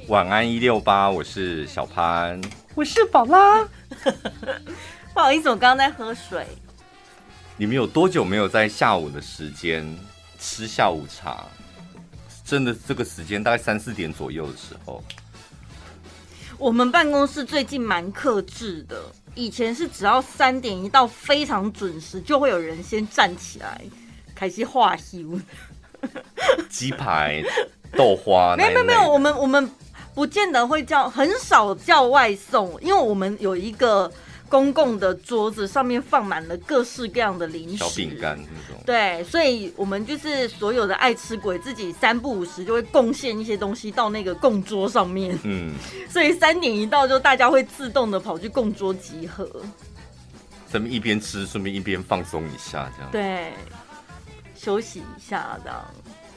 晚安168，我是小潘， 我是宝拉。 不好意思，我刚刚在喝水。 你们有多久没有在下午的时间吃下午茶？真的，这个时间大概3、4点左右的时候。 我们办公室最近蛮克制的，以前是只要3点一到非常准时，就会有人先站起来开始化休。 鸡排、豆花， 没有，我们不见得会叫，很少叫外送，因为我们有一个公共的桌子，上面放满了各式各样的零食、 小饼干那种。 对，所以我们就是所有的爱吃鬼自己3不5时就会贡献一些东西到那个供桌上面。所以3点一到就大家会自动的跑去供桌集合， 咱们一边吃顺便一边放松一下，这样。 对，休息一下这样。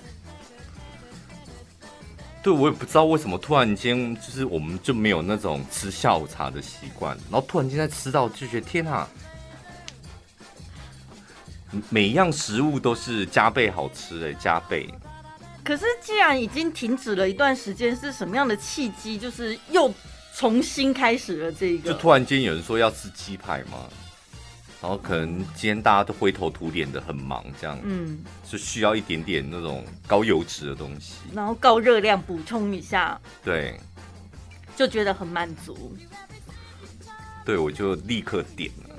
对，我也不知道为什么突然间就是我们就没有那种吃下午茶的习惯，然后突然间在吃到就觉得天啊，每一样食物都是加倍好吃加倍。 可是既然已经停止了一段时间，是什么样的契机，就是又重新开始了这个？ 就突然间有人说要吃鸡排嘛，然后可能今天大家都灰头土脸的很忙，这样，就需要一点点那种高油脂的东西， 然后高热量补充一下， 对， 就觉得很满足。 对，我就立刻点了。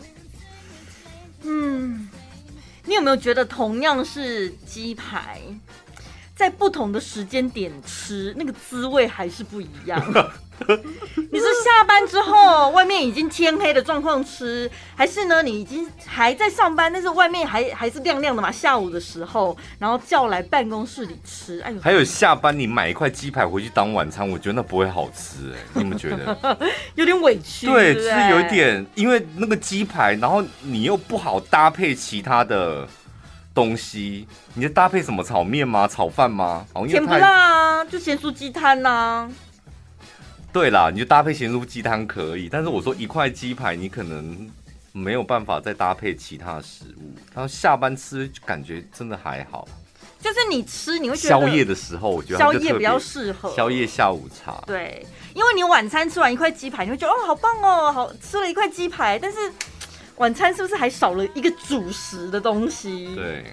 你有没有觉得同样是鸡排，在不同的时间点吃，那个滋味还是不一样？你是下班之后，外面已经天黑的状况吃，还是呢你已经还在上班，但是外面还是亮亮的嘛？下午的时候，然后叫来办公室里吃。哎呦， 还有下班你买一块鸡排回去当晚餐，我觉得那不会好吃你有没有觉得？ 有点委屈， 对， 对， 就是有一点，因为那个鸡排，然后你又不好搭配其他的东西，你就搭配什么炒面吗？炒饭吗？ 甜不辣啊，就咸酥鸡摊呐。 对啦，你就搭配咸酥鸡汤可以，但是我说一块鸡排，你可能没有办法再搭配其他食物。然后下班吃感觉真的还好， 就是你吃你会觉得宵夜的时候，我觉得宵夜比较适合宵夜下午茶。 对，因为你晚餐吃完一块鸡排，你会觉得哦好棒哦，好吃了一块鸡排，但是晚餐是不是还少了一个主食的东西？ 对，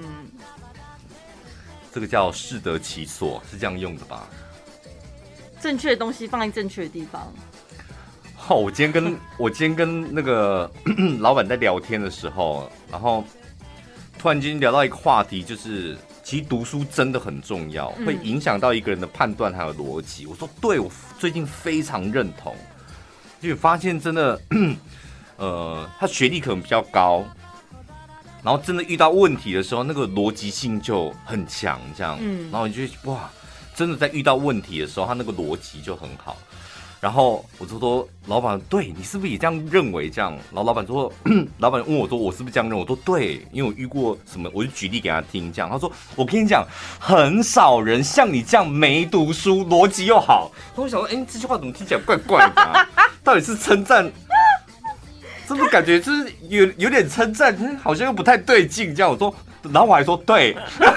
这个叫适得其所，是这样用的吧？ 正确的东西放在正确的地方。 我今天跟那个老板在聊天的时候，然后突然间聊到一个话题，就是其实读书真的很重要，会影响到一个人的判断还有逻辑。我说对，我最近非常认同，就发现真的，他学历可能比较高，然后真的遇到问题的时候，那个逻辑性就很强，这样，然后你就哇。真的在遇到问题的时候，他那个逻辑就很好。然后我就说，老板，对你是不是也这样认为？这样，然后老板说，老板问我说，我是不是这样认为？我说对，因为我遇过什么，我就举例给他听。这样，他说，我跟你讲，很少人像你这样没读书，逻辑又好。我想说，这句话怎么听起来怪怪的啊？到底是称赞？是不是感觉就是有点称赞，好像又不太对劲？这样，我说，然后我还说对。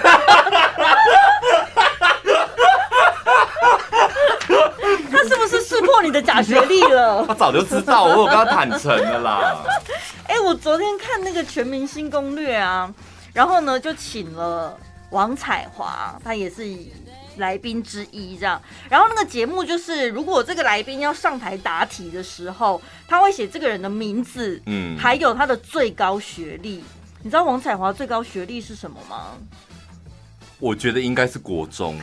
他是不是识破你的假学历了？ 他早就知道，我有跟他坦诚了啦。 我昨天看那个《全明星攻略》啊，然后呢就请了王彩华，他也是来宾之一这样。然后那个节目就是，如果这个来宾要上台答题的时候，他会写这个人的名字，还有他的最高学历。你知道王彩华最高学历是什么吗？ 我觉得应该是国中。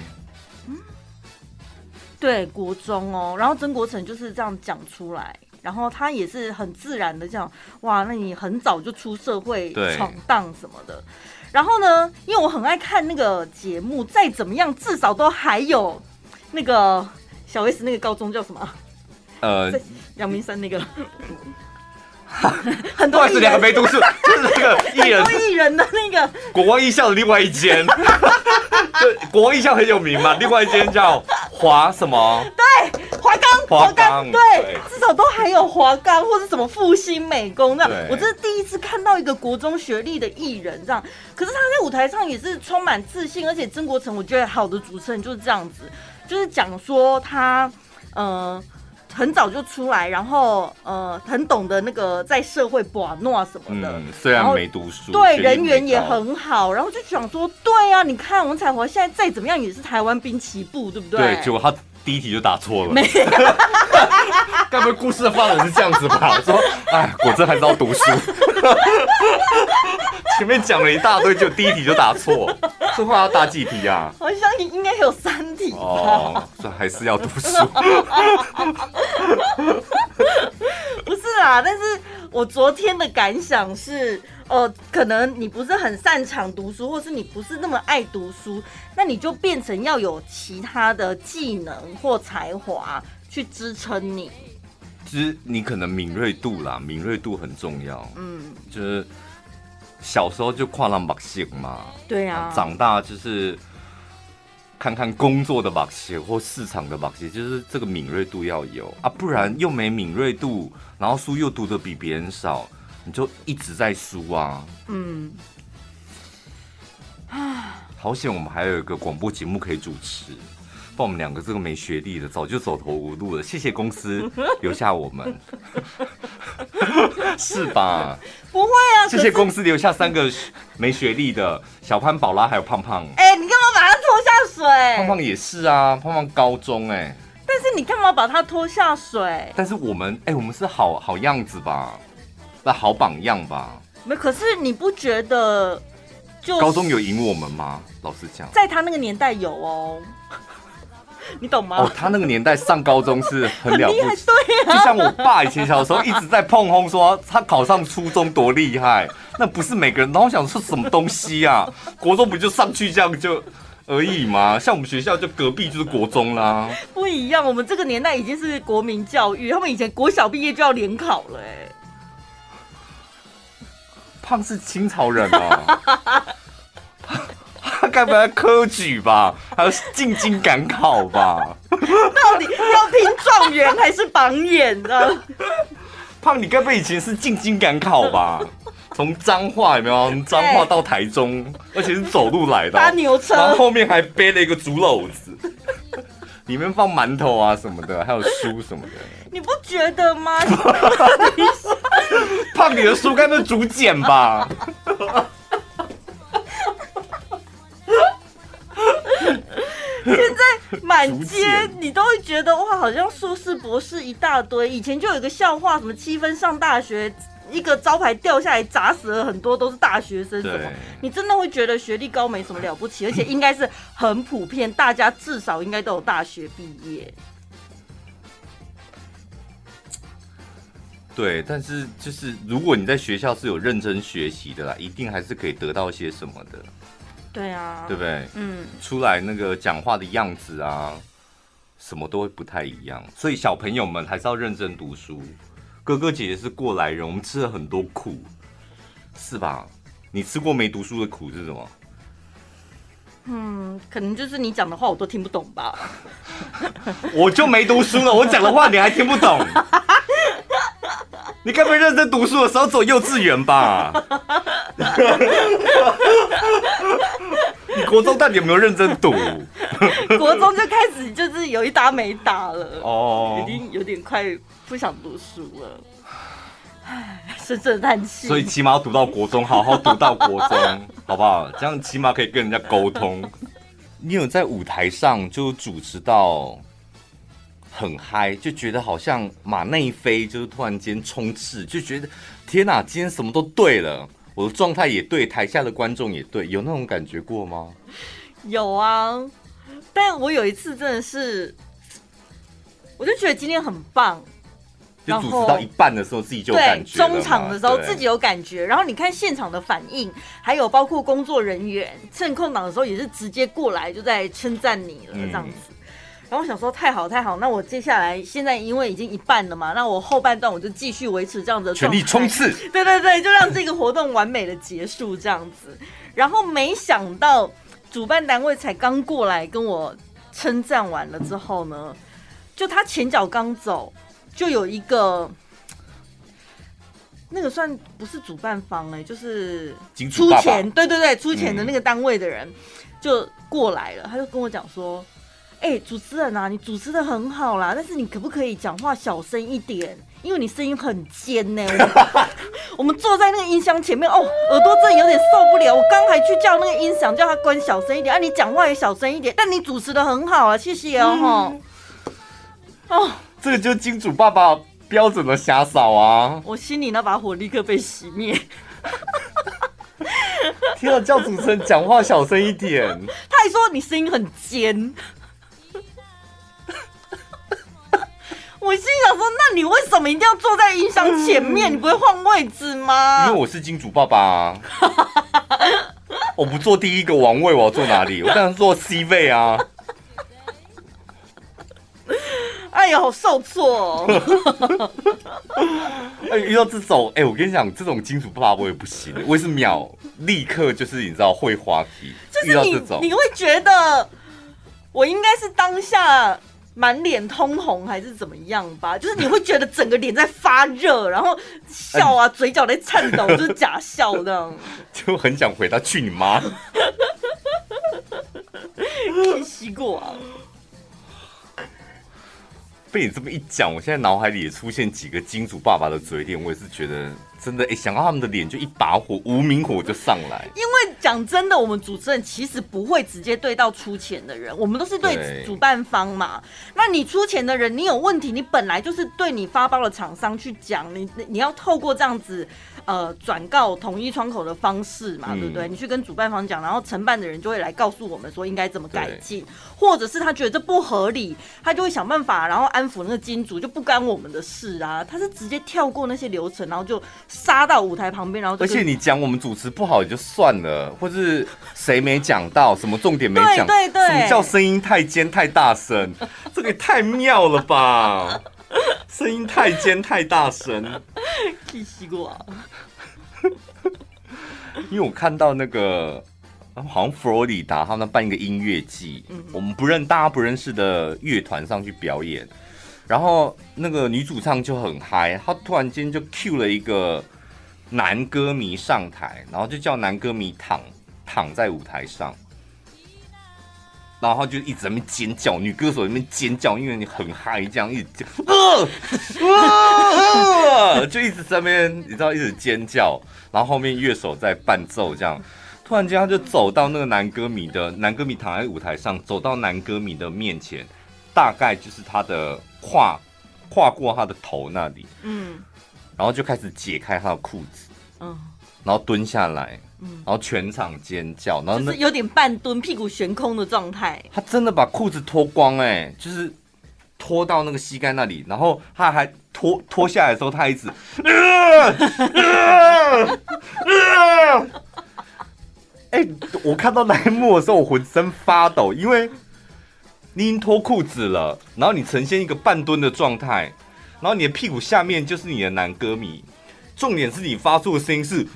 对，国中哦。然后曾国城就是这样讲出来，然后他也是很自然的这样，哇，那你很早就出社会闯荡什么的。然后呢，因为我很爱看那个节目，再怎么样至少都还有那个小 S 那个高中叫什么？阳明山那个。很多 2个没读书，就是那个艺人， 很多艺人的那个国光艺校的另外一间，就国光艺校很有名嘛，另外一间叫华什么？ 对，华冈，对，至少都还有华冈或是什么复兴美工这样。我这是第一次看到一个国中学历的艺人这样，可是他在舞台上也是充满自信，而且曾国城我觉得好的主持人就是这样子。 就是讲说他很早就出来，然后很懂得那个在社会把诺什么的， 虽然没读书， 对，人缘也很好，然后就想说，对啊，你看王彩华现在再怎么样也是台湾滨崎步，对不对？ 对，结果他第一题就答错了。没，该不会故事的发展是这样子吧？说，哎，果真还是要读书。前面讲了一大堆，就第一题就答错，这话要答几题啊？ 好像应该有3题吧。 哦，这还是要读书。 不是啦，但是我昨天的感想是，可能你不是很擅长读书，或是你不是那么爱读书，那你就变成要有其他的技能或才华去支撑你。 就是你可能敏锐度啦，敏锐度很重要。就是小时候就跨浪目线嘛， 对啊， 长大就是看看工作的目线或市场的目线，就是这个敏锐度要有啊，不然又没敏锐度，然后书又读得比别人少，你就一直在输啊。好险我们还有一个广播节目可以主持。不然我们2个这个没学历的早就走投无路了，谢谢公司留下我们，是吧？ 不会啊， 谢谢公司留下3个没学历的小潘、宝拉还有胖胖。 你干嘛把他拖下水？ 胖胖也是啊，胖胖高中但是你干嘛把他拖下水？ 但是我们是好样子吧，那好榜样吧？ 没，可是你不觉得就高中有赢我们吗？老实讲， 在他那个年代有哦。你懂吗？ 他那个年代上高中是很了不起， 对啊， 就像我爸以前小时候一直在碰轰说他考上初中多厉害，那不是每个人。然后我想说什么东西啊？国中不就上去这样就而已吗？像我们学校就隔壁就是国中啦。 不一样，我们这个年代已经是国民教育，他们以前国小毕业就要联考了胖是清朝人哦。他该不会科举吧？还有进京赶考吧？ 到底要拼状元还是榜眼呢？ 胖，你该不会以前是进京赶考吧？从彰化有没有？从彰化到台中，而且是走路来的， 搭牛车， 然后后面还背了一个竹篓子，里面放馒头啊什么的，还有书什么的。 你不觉得吗？ 胖，你的书该不是竹简吧？ 现在满街你都会觉得哇，好像硕士博士一大堆。以前就有一个笑话，什么7分上大学，一个招牌掉下来砸死了很多都是大学生，什么？你真的会觉得学历高没什么了不起，而且应该是很普遍，大家至少应该都有大学毕业。 对，但是就是如果你在学校是有认真学习的啦，一定还是可以得到些什么的。 对啊， 对不对？出来那个讲话的样子啊，什么都会不太一样。所以小朋友们还是要认真读书。哥哥姐姐是过来人，我们吃了很多苦，是吧？你吃过没读书的苦是什么？ 可能就是你讲的话我都听不懂吧。 我就没读书了，我讲的话你还听不懂？你该不会认真读书的时候走幼稚园吧？你国中到底有没有认真读？ 国中就开始就是有一搭没打了，已经有点快不想读书了。唉，深深的叹气。 所以起码要读到国中，好好读到国中，好不好？这样起码可以跟人家沟通。你有在舞台上就主持到很嗨，就觉得好像马内飞就是突然间冲刺，就觉得天哪，今天什么都对了，我的状态也对，台下的观众也对，有那种感觉过吗？ 有啊，但我有一次真的是，我就觉得今天很棒。 就主持到一半的时候，自己就有感觉了嘛。 对，中场的时候自己有感觉，然后你看现场的反应，还有包括工作人员趁空档的时候也是直接过来就在称赞你了这样子。然后我想说太好太好，那我接下来现在因为已经一半了嘛，那我后半段我就继续维持这样子的状态， 全力冲刺。 对对对，就让这个活动完美的结束这样子。然后没想到主办单位才刚过来跟我称赞完了之后呢，就他前脚刚走。就有一个，那个算不是主办方就是出钱，对对对，出钱的那个单位的人就过来了，他就跟我讲说：“ 主持人啊，你主持的很好啦，但是你可不可以讲话小声一点？因为你声音很尖呢。我们坐在那个音箱前面，耳朵真的有点受不了。我刚还去叫那个音响，叫他关小声一点。你讲话也小声一点，但你主持的很好啊，谢谢哦。 这个就是金主爸爸标准的瞎嫂啊！ 我心里那把火立刻被熄灭。 听到叫主持人讲话小声一点， 他还说你声音很尖。我心想说，那你为什么一定要坐在音箱前面？你不会换位置吗？ 因为我是金主爸爸啊。我不坐第一个王位，我要坐哪里？我当然坐 C 位啊。 哎呀，好受挫哦！ 遇到这种，我跟你讲，这种金主爸爸我也不行，我也是立刻就是你知道会滑稽。 就是遇到这种， 你会觉得我应该是当下满脸通红还是怎么样吧？就是你会觉得整个脸在发热，然后笑啊，嘴角在颤抖，就是假笑这样。 就很想回答去你妈！ 西瓜。 被你这么一讲，我现在脑海里也出现几个金主爸爸的嘴脸，我也是觉得真的，想到他们的脸就一把火，无名火就上来。 因为讲真的，我们主持人其实不会直接对到出钱的人，我们都是对主办方嘛。那你出钱的人，你有问题，你本来就是对你发包的厂商去讲，你要透过这样子。转告统一窗口的方式嘛，对不对？你去跟主办方讲，然后承办的人就会来告诉我们说应该怎么改进，或者是他觉得这不合理，他就会想办法，然后安抚那个金主，就不干我们的事啊。他是直接跳过那些流程，然后就杀到舞台旁边，然后而且你讲我们主持不好也就算了，或是谁没讲到什么重点没讲， 对， 什么叫声音太尖太大声，这个也太妙了吧！声音太尖太大声， 气死我！ 因为我看到那个好像佛罗里达他们办一个音乐季，我们大家不认识的乐团上去表演，然后那个女主唱就很嗨，她突然间就 cue 了一个男歌迷上台，然后就叫男歌迷躺在舞台上。然后就一直在那边尖叫，女歌手在那边尖叫，因为你很嗨，这样一直就一直在那边，你知道一直尖叫，然后后面乐手在伴奏，这样，突然间他就走到那个男歌迷躺在舞台上，走到男歌迷的面前，大概就是他的跨过他的头那里，然后就开始解开他的裤子，然后蹲下来。然后全场尖叫，然后就是有点半蹲、屁股悬空的状态。 他真的把裤子脱光，就是脱到那个膝盖那里，然后他还脱下来的时候，他一直，我看到那一幕的时候，我浑身发抖，因为你已经脱裤子了，然后你呈现一个半蹲的状态，然后你的屁股下面就是你的男歌迷。重点是你发出的声音是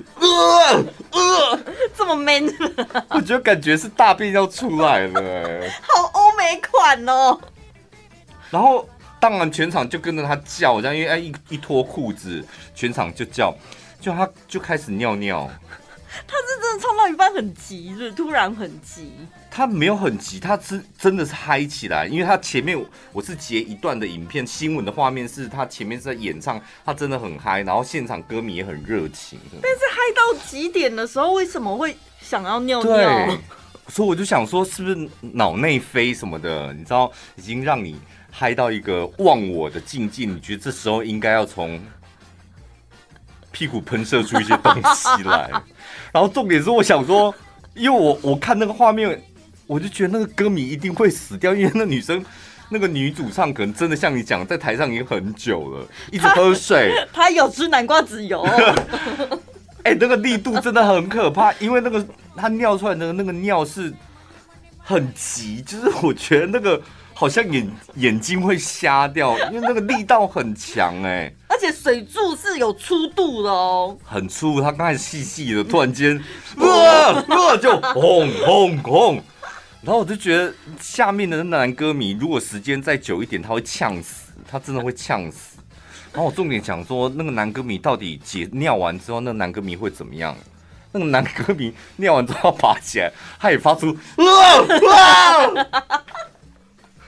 这么 man， 我觉得感觉是大便要出来了， 好欧美款哦。 然后当然全场就跟着他叫，这样因为一脱裤子，全场就叫，就他就开始尿尿。 他是真的唱到一半很急，是突然很急。 他没有很急，他是真的是嗨起来，因为他前面我是截一段的影片，新闻的画面是他前面是在演唱，他真的很嗨，然后现场歌迷也很热情。 但是嗨到极点的时候，为什么会想要尿尿？ 对，所以我就想说，是不是脑内啡什么的，你知道，已经让你嗨到一个忘我的境界，你觉得这时候应该要从屁股喷射出一些东西来。然后重点是我想说，因为我看那个画面，我就觉得那个歌迷一定会死掉，因为那个女主唱可能真的像你讲，在台上已经很久了，一直喝水。 她有吃南瓜籽油。 那个力度真的很可怕，因为那个她尿出来的那个尿是很急，就是我觉得那个好像眼睛会瞎掉，因为那个力道很强而且水柱是有粗度的哦， 很粗。他刚才细细的，突然间就轰轰轰，然后我就觉得下面的男歌迷如果时间再久一点，他会呛死，他真的会呛死。然后我重点讲说，那个男歌迷到底尿完之后，那个男歌迷会怎么样？那个男歌迷尿完之后爬起来，他也发出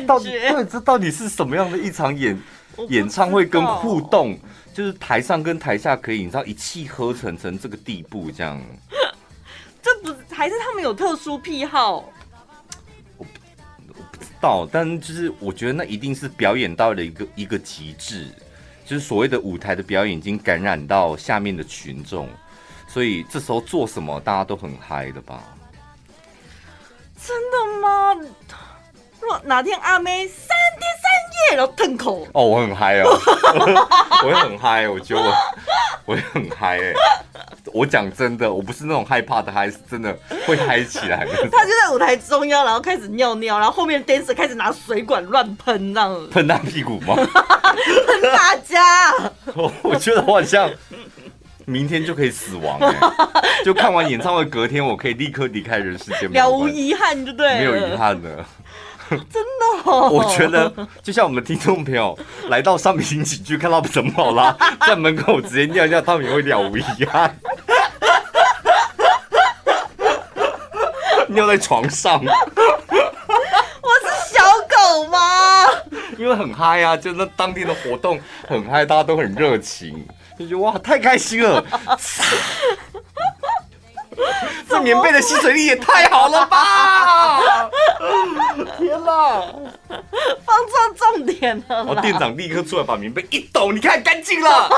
觉。 对，这到底是什么样的一场演唱会跟互动？就是台上跟台下可以，你知道一气呵成这个地步，这样。 这不还是他们有特殊癖好？ 我不知道，但就是我觉得那一定是表演到了一个极致，就是所谓的舞台的表演已经感染到下面的群众，所以这时候做什么大家都很嗨的吧？ 真的吗？如果哪天阿妹3天3夜然后吞口， 哦，我很嗨哦，我会很嗨，我觉得我会很嗨哎。我讲真的，我不是那种害怕的嗨，是真的会嗨起来的。 他就在舞台中央，然后开始尿尿，然后后面的 dancer 开始拿水管乱喷，这样子喷他屁股吗？ 喷大家。 我觉得我好像明天就可以死亡哎、就看完演唱会隔天，我可以立刻离开人世间， 了无遗憾，就对了， 没有遗憾的。 真的哦， 我觉得就像我们听众朋友来到上明喜剧，看到什么好啦，在门口直接尿尿，他们也会了无遗憾。尿在床上， 我是小狗吗？ 因为很嗨啊，就那当天的活动很嗨，大家都很热情，就觉得哇太开心了。这棉被的吸水力也太好了吧！天哪， 放错重点了啦。 然后店长立刻出来把棉被一抖，你看干净了。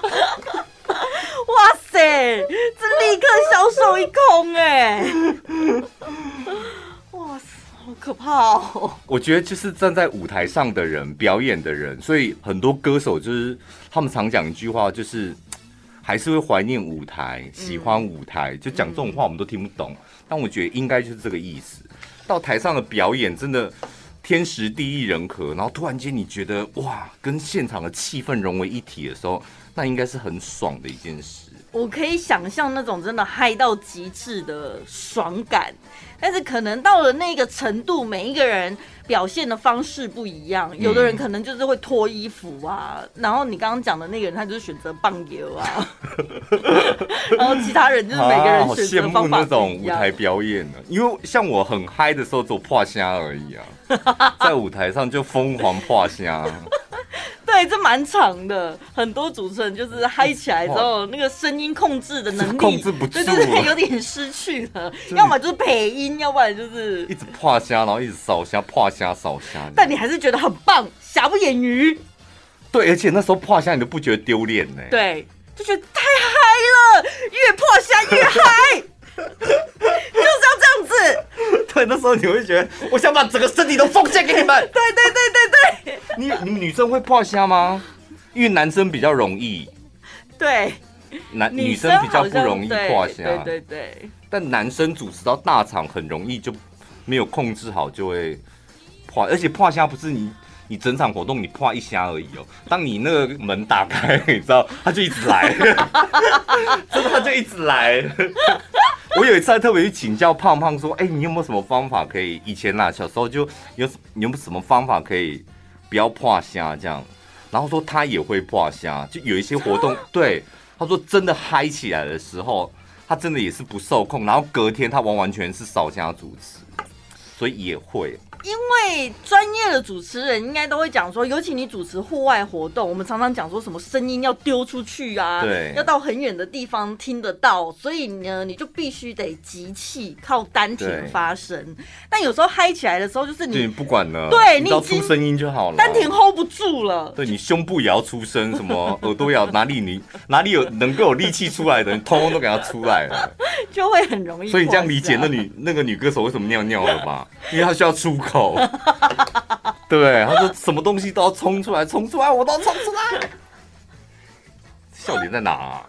哇塞，这立刻销售一空哎！哇塞，好可怕哦！ 我觉得就是站在舞台上的人，表演的人，所以很多歌手就是他们常讲一句话，就是还是会怀念舞台，喜欢舞台，就讲这种话我们都听不懂，但我觉得应该就是这个意思。到台上的表演真的天时地利人和，然后突然间你觉得哇，跟现场的气氛融为一体的时候，那应该是很爽的一件事。 我可以想象那种真的嗨到极致的爽感，但是可能到了那个程度，每一个人表现的方式不一样。有的人可能就是会脱衣服啊，然后你刚刚讲的那个人，他就是选择棒油啊，然后其他人就是每个人选择方法不一样。好羡慕那种舞台表演呢，因为像我很嗨的时候，只有破虾而已啊，在舞台上就疯狂破虾。 对，这蛮长的，很多主持人就是嗨起来之后，那个声音控制的能力控制不住， 对，有点失去了。要么就是配音，要不然就是一直破虾，然后一直扫虾，破虾扫虾。 但你还是觉得很棒，瑕不掩瑜。 对，而且那时候破虾你都不觉得丢脸呢？ 对，就觉得太嗨了，越破虾越嗨。就是要这样子， 对，那时候你会觉得，我想把整个身体都奉献给你们。 对， 你们女生会破虾吗？因为男生比较容易， 对， 女生比较不容易破虾， 对。 但男生主持到大场很容易就没有控制好，就会破，而且破虾不是你整场活动你破一虾而已哦，当你那个门打开，你知道，他就一直来，真的他就一直来。我有一次还特别去请教胖胖说：“你有没有什么方法可以？以前啦，小时候就你有没有什么方法可以不要破虾这样？”然后说他也会破虾，就有一些活动，对他说真的嗨起来的时候，他真的也是不受控，然后隔天他完全是扫虾主持，所以也会。 因为专业的主持人应该都会讲说，尤其你主持户外活动，我们常常讲说什么声音要丢出去啊， 对， 要到很远的地方听得到，所以呢，你就必须得集气，靠丹田发声。但有时候嗨起来的时候，就是你不管了， 对， 你只要出声音就好了， 丹田 hold 不住了。 对，你胸部也要出声，什么耳朵也要，哪里有能够有力气出来的，你通通都给它出来了， 就会很容易。 所以你这样理解那个女歌手为什么尿尿了吧？因为她需要出口。对，他说什么东西都要冲出来，我都要冲出来。笑点在哪啊？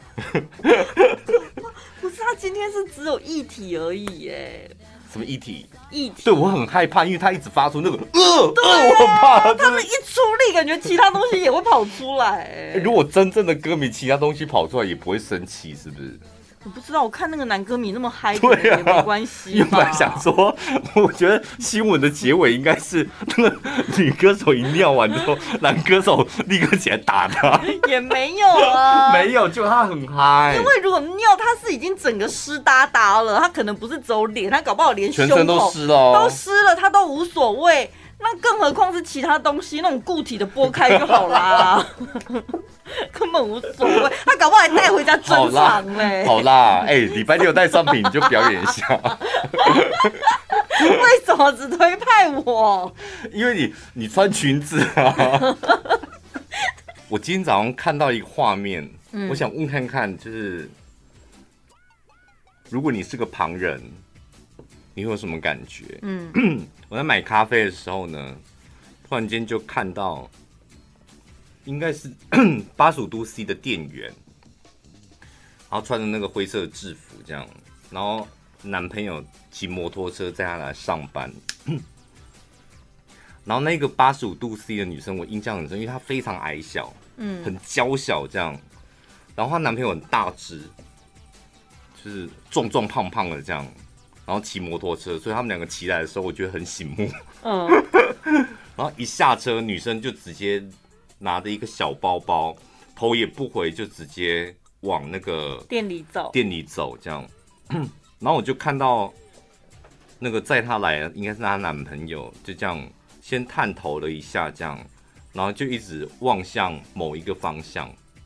不是，他今天是只有一体而已耶。 什么一体？ 一体。 对，我很害怕，因为他一直发出那个我很怕。 他们一出力，感觉其他东西也会跑出来。 如果真正的歌迷，其他东西跑出来也不会生气，是不是？ 我不知道，我看那个男歌迷那么嗨， 对啊， 也没关系。 原本想说，我觉得新闻的结尾应该是那个女歌手一尿完之后，男歌手立刻起来打他。 也没有啊， 没有，就他很嗨。 因为如果尿，他是已经整个湿哒哒了，他可能不是只有脸，他搞不好连胸口全身都湿了， 都湿了，他都无所谓。 那更何况是其他东西，那种固体的剥开就好啦，根本无所谓。他搞不好还带回家珍藏嘞。 好啦，礼拜六带商品你就表演一下。 为什么只推派我？ 因为你穿裙子啊。我今天早上看到一个画面，我想问看看，就是如果你是个旁人，你会有什么感觉？我在买咖啡的时候呢，突然间就看到，应该是85度 C 的店员，然后穿着那个灰色的制服这样，然后男朋友骑摩托车载她来上班。然后那个85度 C 的女生，我印象很深，因为她非常矮小，很娇小这样。然后她男朋友很大只，就是壮壮胖胖的这样，然后骑摩托车，所以他们两个骑来的时候，我觉得很醒目。然后一下车，女生就直接拿着一个小包包，头也不回，就直接往那个店里走这样。然后我就看到那个载她来的应该是她男朋友，就这样。先探头了一下，这样，然后就一直望向某一个方向，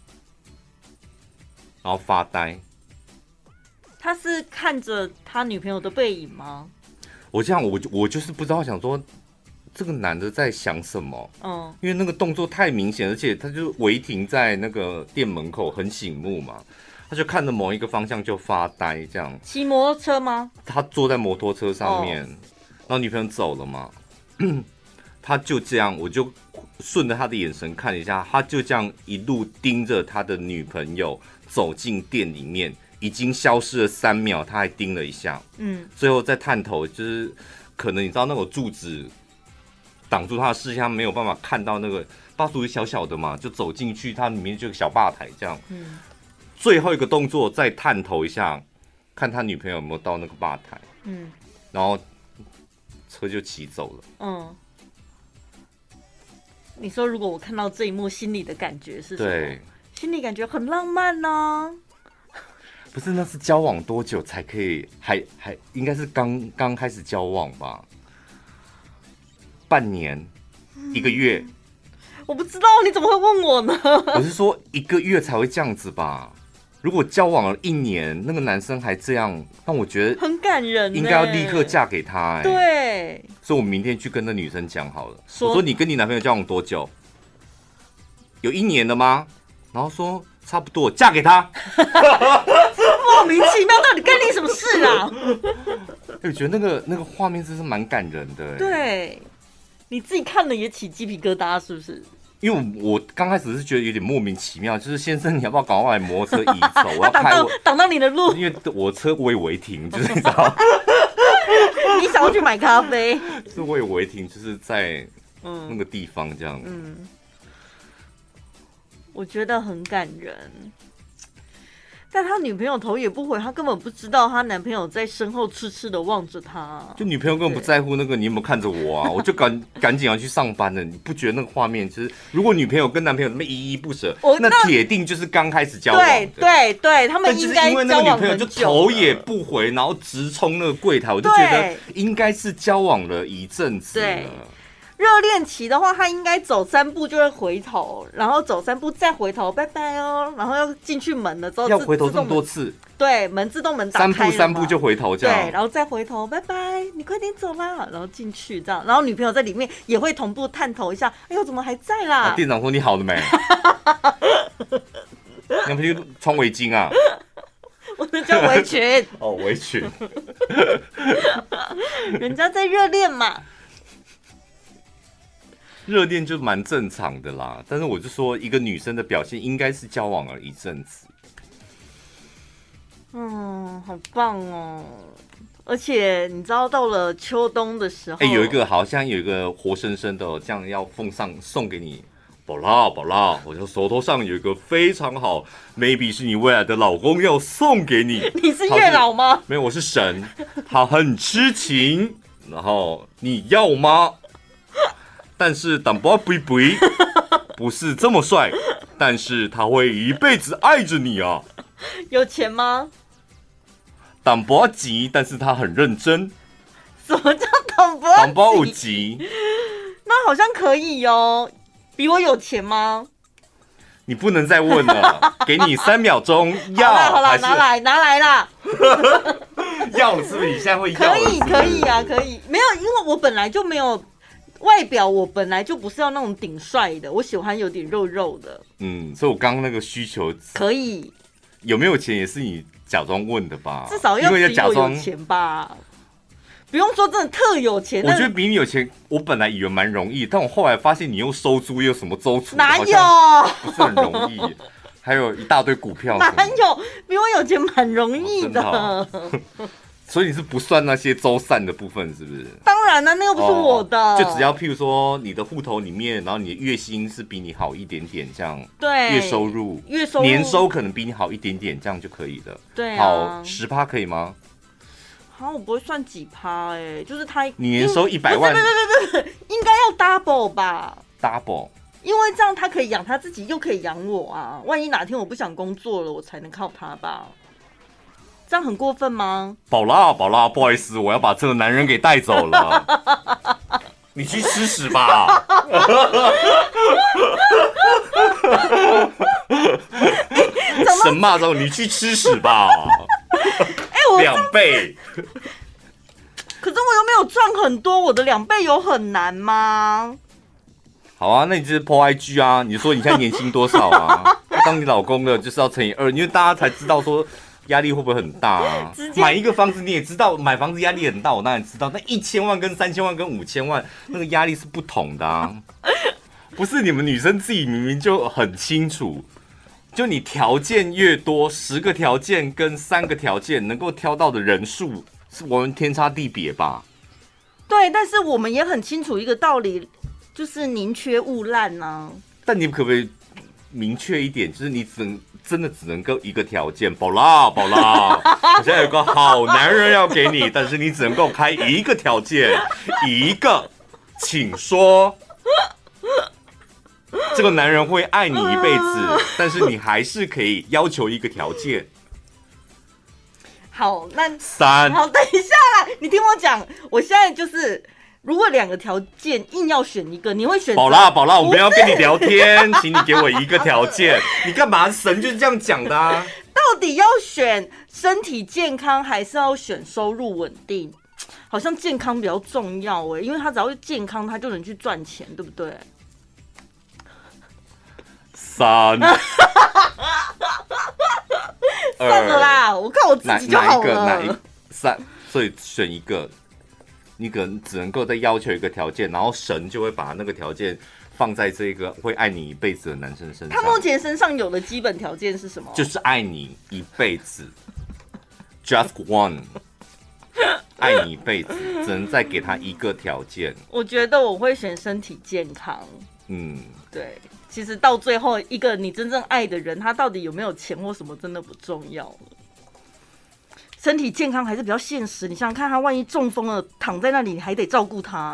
然后发呆。 他是看着他女朋友的背影吗？ 我这样，我就是不知道，想说这个男的在想什么。因为那个动作太明显，而且他就违停在那个店门口，很醒目嘛。他就看着某一个方向就发呆，这样。 骑摩托车吗？ 他坐在摩托车上面，然后女朋友走了嘛。他就这样，我就顺着他的眼神看一下，他就这样一路盯着他的女朋友走进店里面，已经消失了3秒，他还盯了一下，最后再探头，就是可能你知道那种柱子挡住他的视线，他没有办法看到那个85小小的嘛，就走进去，它里面就有个小吧台这样，最后一个动作再探头一下，看他女朋友有没有到那个吧台，然后车就骑走了，你说如果我看到这一幕，心里的感觉是什么？ 对， 心里感觉很浪漫呢。 不是，那是交往多久才可以？还应该是刚开始交往吧？半年，1个月？ 我不知道，你怎么会问我呢？ 我是说1个月才会这样子吧？如果交往了1年，那个男生还这样，那我觉得很感人， 应该要立刻嫁给他。 对， 所以我明天去跟那女生讲好了。我说你跟你男朋友交往多久？有1年了吗？然后说差不多，嫁给他。 莫名其妙，到底干你什么事啊？ 我觉得那个画面真是蛮感人的。 对，你自己看了也起鸡皮疙瘩，是不是？ 因为我刚开始是觉得有点莫名其妙，就是先生你要不要赶快把摩托车移走？我要开挡到你的路， 因为我车我也违停，就是你知道， 你想要去买咖啡， 是我也违停，就是在那个地方这样。 我觉得很感人。但他女朋友头也不回，他根本不知道他男朋友在身后痴痴的望着他。 就女朋友根本不在乎那个你有没有看着我啊，我就赶紧要去上班了。你不觉得那个画面，就是如果女朋友跟男朋友那么依依不舍，那铁定就是刚开始交往的。对， 他们应该因为那个女朋友就头也不回，然后直冲那个柜台，我就觉得应该是交往了一阵子了。 热恋期的话，他应该走3步就会回头，然后走3步再回头，拜拜哦，然后要进去门了之后， 要回头这么多次， 对，自动门打开了 3步就回头这样， 对，然后再回头，拜拜，你快点走啦，然后进去这样，然后女朋友在里面也会同步探头一下，哎呦，怎么还在啦？ 店长说你好了没？你不去穿围巾啊？ 我那叫围裙哦，围裙， 人家在热恋嘛。 热恋就蛮正常的啦，但是我就说一个女生的表现应该是交往了一阵子。 好棒哦！而且你知道到了秋冬的时候， 有一个好像有一个活生生的这样要送给你，宝拉，我就手头上有一个非常好 ，maybe 是你未来的老公要送给你。 你是月老吗？ 没有，我是神，他很痴情，然后你要吗？但是淡薄不是这么帅，但是他会一辈子爱着你啊。 有钱吗？ 淡薄急，但是他很认真。 什么叫淡薄急？ 好像可以哦。比我有钱吗？ 你不能再问了，给你3秒钟，要好啦，拿来啦。 要了是不是？你现在会要了是不是？ 可以啊，可以。没有，因为我本来就没有外表，我本来就不是要那种顶帅的，我喜欢有点肉肉的。 所以我刚刚那个需求可以。 有没有钱也是你假装问的吧？ 至少要比我有钱吧。不用说真的特有钱， 我觉得比你有钱，我本来以为蛮容易，但我后来发现你又收租又什么周楚， 哪有？ 不是很容易，还有一大堆股票， 哪有？比我有钱蛮容易的。 所以你是不算那些周散的部分，是不是？ 当然了，那又不是我的， 就只要譬如说你的户头里面，然后你的月薪是比你好一点点，这样对， 月收入年收可能比你好一点点，这样就可以了。 对、啊， 好10%可以吗？ 我不会算几趴就是他你年收100万， 不，应该要 double 吧 ？double， 因为这样他可以养他自己，又可以养我啊。万一哪天我不想工作了，我才能靠他吧？这样很过分吗？ 宝拉，不好意思，我要把这个男人给带走了。你去吃屎吧！神骂之后，你去吃屎吧！ 我 2倍。 可是我又没有赚很多，我的2倍有很难吗？ 好啊，那你就是 po IG 啊，你说你现在年薪多少啊？当你老公的就是要乘以2，因为大家才知道说压力会不会很大啊？买一个房子你也知道，买房子压力很大，我当然知道。那1000万跟3000万跟5000万，那个压力是不同的啊。不是你们女生自己明明就很清楚。就你条件越多，10个条件跟3个条件能够挑到的人数是我们天差地别吧？ 对，但是我们也很清楚一个道理，就是宁缺毋滥啊。 但你可不可以明确一点？就是你真的只能够一个条件，宝拉，我现在有个好男人要给你，但是你只能够开一个条件，一个，请说。这个男人会爱你一辈子，但是你还是可以要求一个条件。 好，那 3。 好，等一下啦，你听我讲，我现在就是，如果2个条件硬要选一个，你会选择？ 宝拉，我们要跟你聊天，请你给我一个条件。你干嘛？神就是这样讲的啊。 到底要选身体健康，还是要选收入稳定？好像健康比较重要因为他只要健康，他就能去赚钱，对不对 ？3。 算了啦，我靠我自己就好了。 哪一个3？所以选一个，你可能只能够再要求一个条件，然后神就会把那个条件放在这个会爱你一辈子的男生身上。 他目前身上有的基本条件是什么？ 就是爱你一辈子，just one， 爱你一辈子，只能再给他一个条件。 我觉得我会选身体健康。对。其实到最后，一个你真正爱的人，他到底有没有钱或什么，真的不重要了。身体健康还是比较现实。你想想看，他万一中风了，躺在那里，你还得照顾他，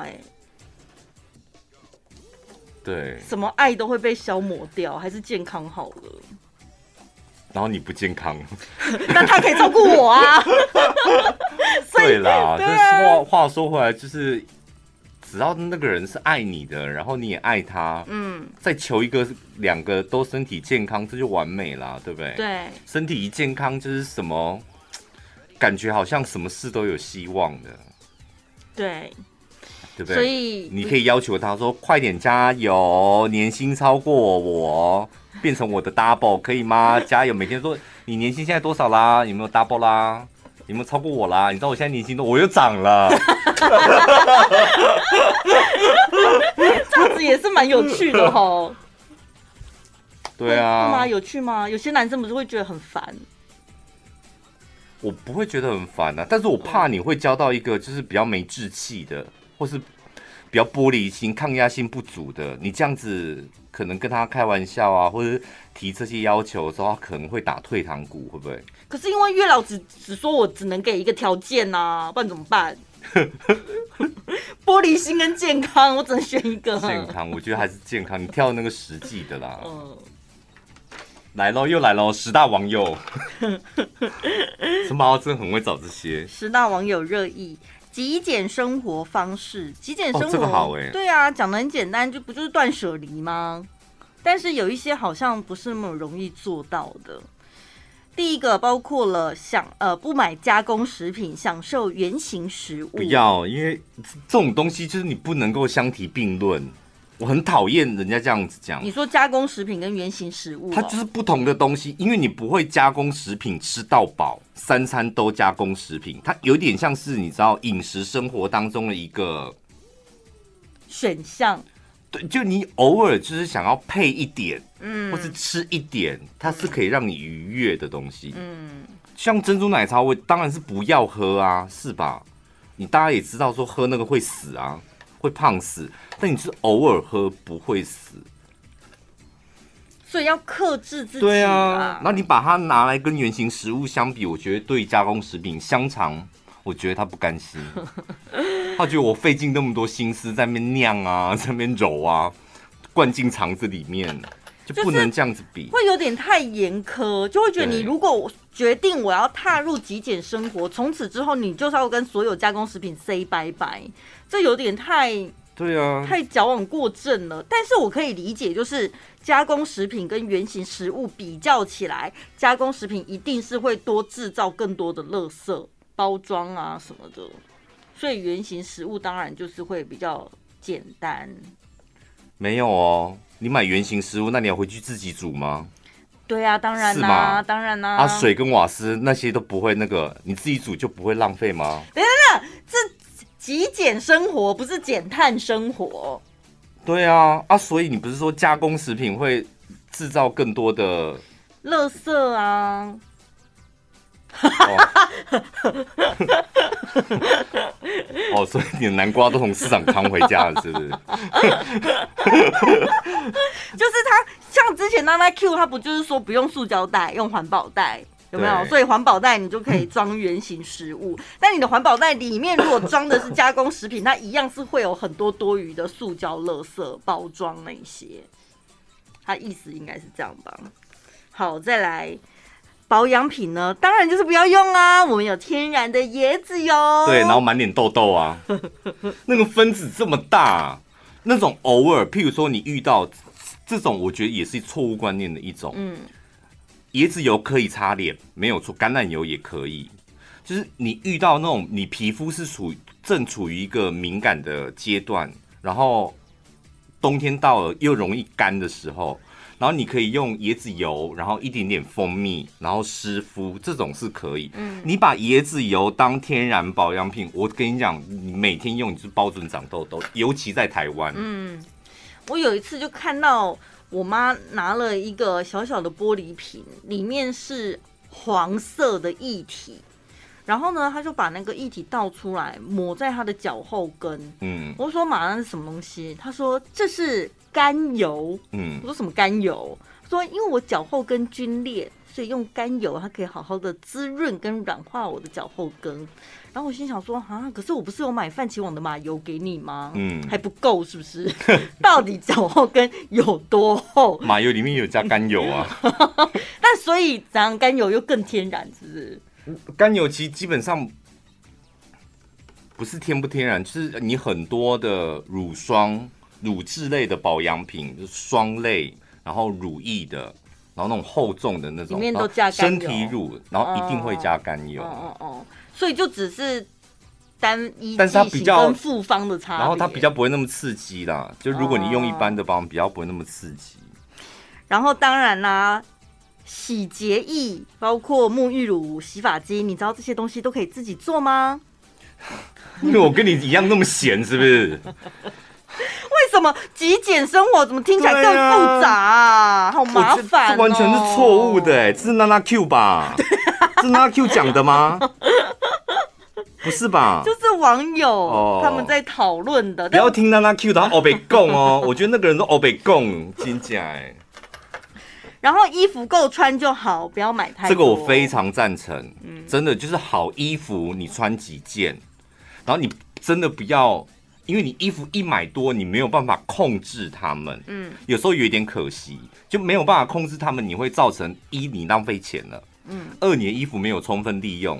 对， 什么爱都会被消磨掉，还是健康好了。 然后你不健康， 那他可以照顾我啊。 对啦，就是话说回来，就是只要那个人是爱你的，然后你也爱他，再求一个2个都身体健康，这就完美啦，对不对？ 对， 身体一健康就是什么，感觉好像什么事都有希望的， 对不对？ 所以你可以要求他说：“快点加油，年薪超过我，变成我的 double 可以吗？加油！每天说你年薪现在多少啦？有没有 double 啦？有没有超过我啦？你知道我现在年薪我又涨了。” 这样子也是蛮有趣的齁。 对啊， 吗？有趣吗？有些男生不是会觉得很烦？ 我不会觉得很烦啊，但是我怕你会交到一个就是比较没志气的，或是比较玻璃心、抗压性不足的。你这样子可能跟他开玩笑啊，或者提这些要求的时候，他可能会打退堂鼓，会不会？ 可是因为月老只说我只能给一个条件啊，不然怎么办？玻璃心跟健康，我只能选一个。 健康，我觉得还是健康。你挑那个实际的啦。来咯，又来咯，10大网友。什么？真的很会找这些。 10大网友热议： 极简生活方式，极简生活， 这个好哎， 对啊，讲得很简单，不就是断舍离吗？但是有一些好像不是那么容易做到的。第一个包括了不买加工食品，享受原型食物。 不要，因为这种东西就是你不能够相提并论。我很讨厌人家这样子讲。 你说加工食品跟原型食物， 它就是不同的东西，因为你不会加工食品吃到饱，三餐都加工食品，它有点像是你知道饮食生活当中的一个选项。 对，就你偶尔就是想要配一点，或是吃一点，它是可以让你愉悦的东西。像珍珠奶茶，我当然是不要喝啊，是吧？你大家也知道说喝那个会死啊，会胖死，但你是偶尔喝不会死， 所以要克制自己。 对啊，那你把它拿来跟原型食物相比，我觉得对加工食品香肠，我觉得他不甘心，他觉得我费尽那么多心思在那边酿啊，在那边揉啊，灌进肠子里面，就不能这样子比， 会有点太严苛，就会觉得你如果决定我要踏入极简生活，从此之后你就是要跟所有加工食品 say 拜拜，这有点太对啊， 太矫枉过正了。但是我可以理解，就是加工食品跟原型食物比较起来，加工食品一定是会多制造更多的垃圾包装啊什么的，所以原型食物当然就是会比较简单。 没有哦，你买原型食物，那你要回去自己煮吗？ 对啊，当然啦，当然啦。 水跟瓦斯那些都不会那个，你自己煮就不会浪费吗？ 等等，这极简生活不是减碳生活。 对啊，所以你不是说加工食品会制造更多的垃圾啊？ 所以你的南瓜都从市场扛回家了，是不是？ 就是他像之前那 Q， 他不就是说不用塑胶袋，用环保袋，有没有？所以环保袋你就可以装原型食物，但你的环保袋里面如果装的是加工食品，它一样是会有很多多余的塑胶垃圾包装那些。他意思应该是这样吧？好，再来。保养品呢，当然就是不要用啊！我们有天然的椰子油， 对，然后满脸痘痘啊，那个分子这么大，那种偶尔，譬如说你遇到这种，我觉得也是错误观念的一种。椰子油可以擦脸，没有错，橄榄油也可以。就是你遇到那种你皮肤是正处于一个敏感的阶段，然后冬天到了又容易干的时候。然后你可以用椰子油，然后一点点蜂蜜，然后湿敷，这种是可以。你把椰子油当天然保养品，我跟你讲，你每天用你是包准长痘痘，尤其在台湾。 我有一次就看到我妈拿了一个小小的玻璃瓶，里面是黄色的液体，然后呢，她就把那个液体倒出来，抹在她的脚后跟。我说妈，那是什么东西？她说这是甘油。我说什么甘油？说因为我脚后跟皲裂，所以用甘油它可以好好的滋润跟软化我的脚后跟。然后我心想说可是我不是有买范奇网的马油给你吗？还不够是不是？到底脚后跟有多厚？ 马油里面有加甘油啊。 但所以怎样甘油又更天然，是不是？ 甘油其实基本上不是天不天然，就是你很多的乳霜。乳质类的保养品，就是霜类，然后乳液的，然后那种厚重的那种， 里面都加甘油， 身体乳，然后一定会加甘油。 所以就只是单一但是它比较跟复方的差别， 然后它比较不会那么刺激啦。就如果你用一般的保养，比较不会那么刺激。 然后当然啦，洗洁液包括沐浴乳、洗发精，你知道这些东西都可以自己做吗？ 因为我跟你一样那么闲，是不是？ 为什么极简生活怎么听起来更复杂啊？好麻烦这完全是错误的哎，这是娜娜 Q 吧？是娜娜 Q 讲的吗？不是吧？ 就是网友他们在讨论的。 不要听娜娜 Q 的欧北贡哦，我觉得那个人都欧北贡，真假哎。 然后衣服够穿就好，不要买太多。 这个我非常赞成，真的就是好衣服你穿几件，然后你真的不要。因为你衣服一买多，你没有办法控制它们，有时候有一点可惜，就没有办法控制它们，你会造成一你浪费钱了，二你的衣服没有充分利用，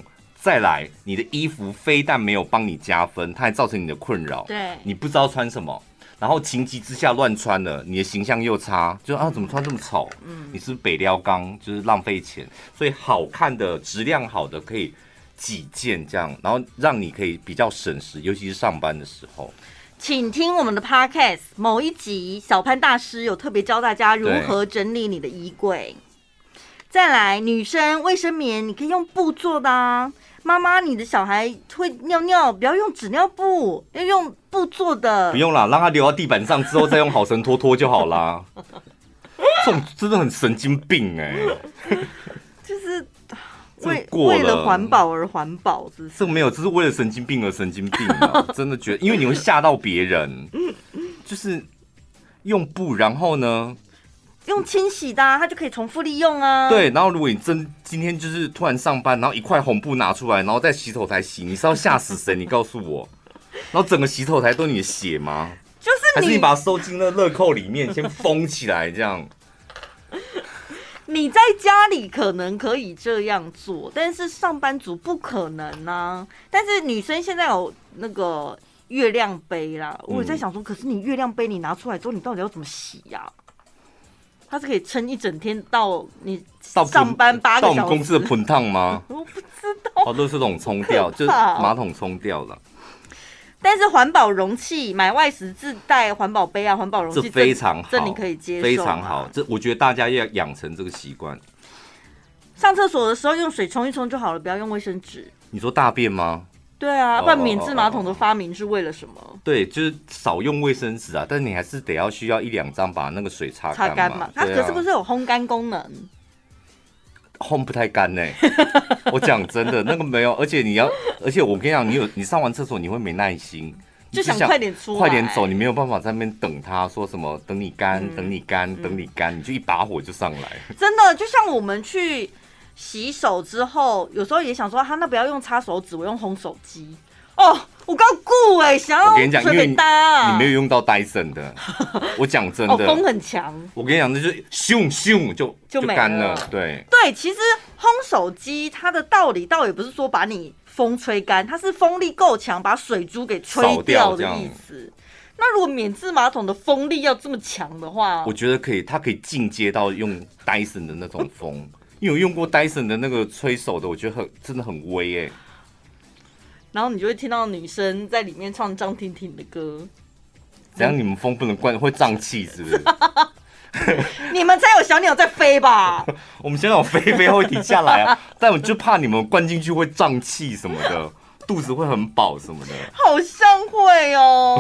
再来，你的衣服非但没有帮你加分，它还造成你的困扰。 对， 你不知道穿什么，然后情急之下乱穿了，你的形象又差，就怎么穿这么丑？你是不是北撩缸，就是浪费钱？所以好看的、质量好的可以几件这样，然后让你可以比较省时，尤其是上班的时候。 请听我们的 podcast 某一集，小潘大师有特别教大家如何整理你的衣柜。再来，女生卫生棉你可以用布做的啊。妈妈，你的小孩会尿尿，不要用纸尿布，要用布做的。 不用啦，让他流到地板上之后再用好绳拖拖就好啦。这种真的很神经病就是为了环保而环保， 这个没有，这是为了神经病而神经病啊！真的觉得，因为你会吓到别人，就是用布，然后呢？ 用清洗的它就可以重复利用啊。 对，然后如果你今天就是突然上班，然后一块红布拿出来，然后在洗手台洗，你是要吓死谁？你告诉我。然后整个洗手台都是你的血吗？ 就是还是你把它收进那乐扣里面，先封起来这样？ 你在家里可能可以这样做，但是上班族不可能啊。但是女生现在有那个月亮杯啦，我在想说，可是你月亮杯你拿出来之后，你到底要怎么洗呀？它是可以撑一整天到你上班8个小时。 到我们公司的盆烫吗？ 我不知道。 都是桶冲掉，就是马桶冲掉了。 但是环保容器买外食自带环保杯啊，环保容器这非常好， 这你可以接受， 非常好。这我觉得大家要养成这个习惯。 上厕所的时候用水冲一冲就好了，不要用卫生纸。 你说大便吗？ 对啊，不然免治马桶的发明是为了什么？ 对，就是少用卫生纸啊，但是你还是需要1-2张把那个水擦干嘛。 它可是不是有烘干功能？ 烘不太干我讲真的，那个没有，而且我跟你讲，你上完厕所你会没耐心， 就想快点出来， 快点走，你没有办法在那边等他说什么等你干，等你干，等你干，你就一把火就上来。 真的，就像我们去洗手之后，有时候也想说，那不要用擦手纸，我用烘手机。哦，我刚顾想要我跟你讲，因为你没有用到 Dyson 的，我讲真的， 风很强。 我跟你讲，那就咻咻就干了。对， 其实烘手机它的道理倒也不是说把你风吹干，它是风力够强，把水珠给吹掉的意思。那如果免治马桶的风力要这么强的话， 我觉得可以，它可以进阶到用 Dyson 的那种风，因为我用过 Dyson 的那个吹手的，我觉得真的很威然后你就会听到女生在里面唱张婷婷的歌。 怎样？你们风不能关，会胀气是不是？ 你们才有小鸟在飞吧？ 我们小鸟飞会停下来啊，但我就怕你们灌进去会胀气什么的，肚子会很饱什么的。 好像会哦，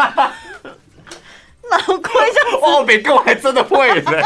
难怪像欧北贡还真的会的。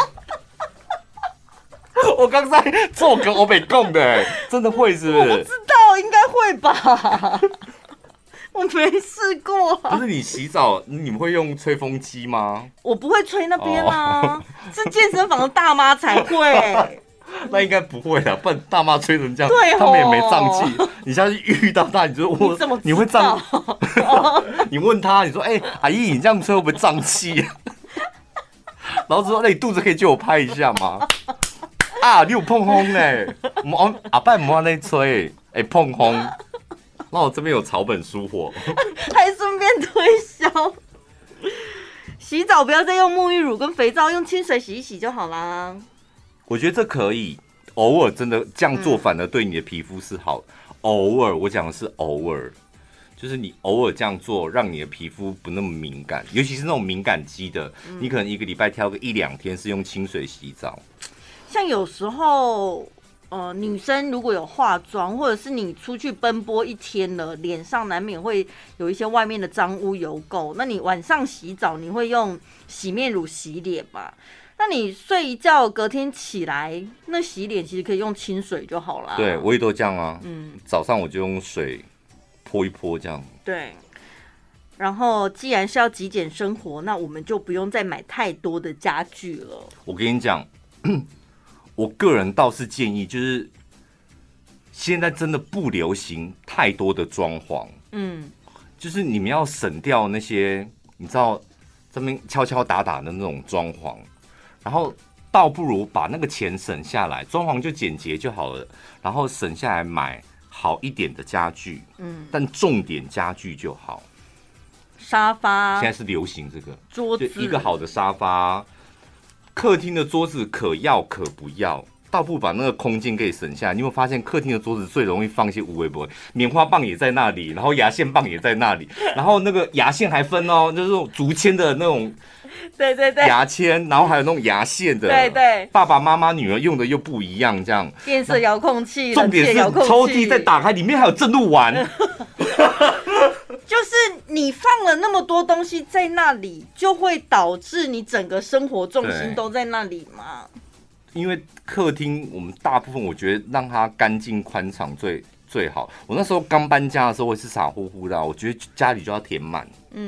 我刚才做个欧北贡的，真的会是不是？ 我不知道，应该会吧。我没试过。 不是你洗澡，你们会用吹风机吗？ 我不会吹那边啊，是健身房的大妈才会。 那应该不会啦，不然大妈吹成这样， 对， 他们也没胀气。你下次遇到他，你会胀？你问他，你说：“阿姨，你这样吹会不会胀气？”然后说：“你肚子可以借我拍一下吗？”你有碰风阿伯唔好那吹，碰风。那我这边有草本书货， 还顺便推销。洗澡不要再用沐浴乳跟肥皂，用清水洗一洗就好啦。 我觉得这可以，偶尔真的这样做，反而对你的皮肤是好。偶尔，我讲的是偶尔，就是你偶尔这样做，让你的皮肤不那么敏感，尤其是那种敏感肌的，你可能1个礼拜挑个1-2天是用清水洗澡。 像有时候，女生如果有化妆，或者是你出去奔波一天了，脸上难免会有一些外面的脏污油垢。那你晚上洗澡，你会用洗面乳洗脸嘛？那你睡一觉，隔天起来，那洗脸其实可以用清水就好了。 对，我也都这样啊。早上我就用水泼一泼这样。 对。然后，既然是要极简生活，那我们就不用再买太多的家具了。 我跟你讲。我个人倒是建议，就是现在真的不流行太多的装潢，就是你们要省掉那些你知道这边敲敲打打的那种装潢，然后倒不如把那个钱省下来，装潢就简洁就好了，然后省下来买好一点的家具，但重点家具就好。 沙发现在是流行这个桌子， 就一个好的沙发，客厅的桌子可要可不要。倒不如把那个空间给省下来。你有没有发现客厅的桌子最容易放一些无微不微，棉花棒也在那里，然后牙线棒也在那里，然后那个牙线还分哦，就是那种竹签的那种， 对对对， 牙签，然后还有那种牙线的， 对对， 爸爸妈妈女儿用的又不一样，这样。 电视遥控器， 重点是抽屉再打开，里面还有正露丸。 就是你放了那么多东西在那里，就会导致你整个生活重心都在那里嘛。 因为客厅我们大部分我觉得让它干净宽敞最好。我那时候刚搬家的时候，我也是傻乎乎的，我觉得家里就要填满。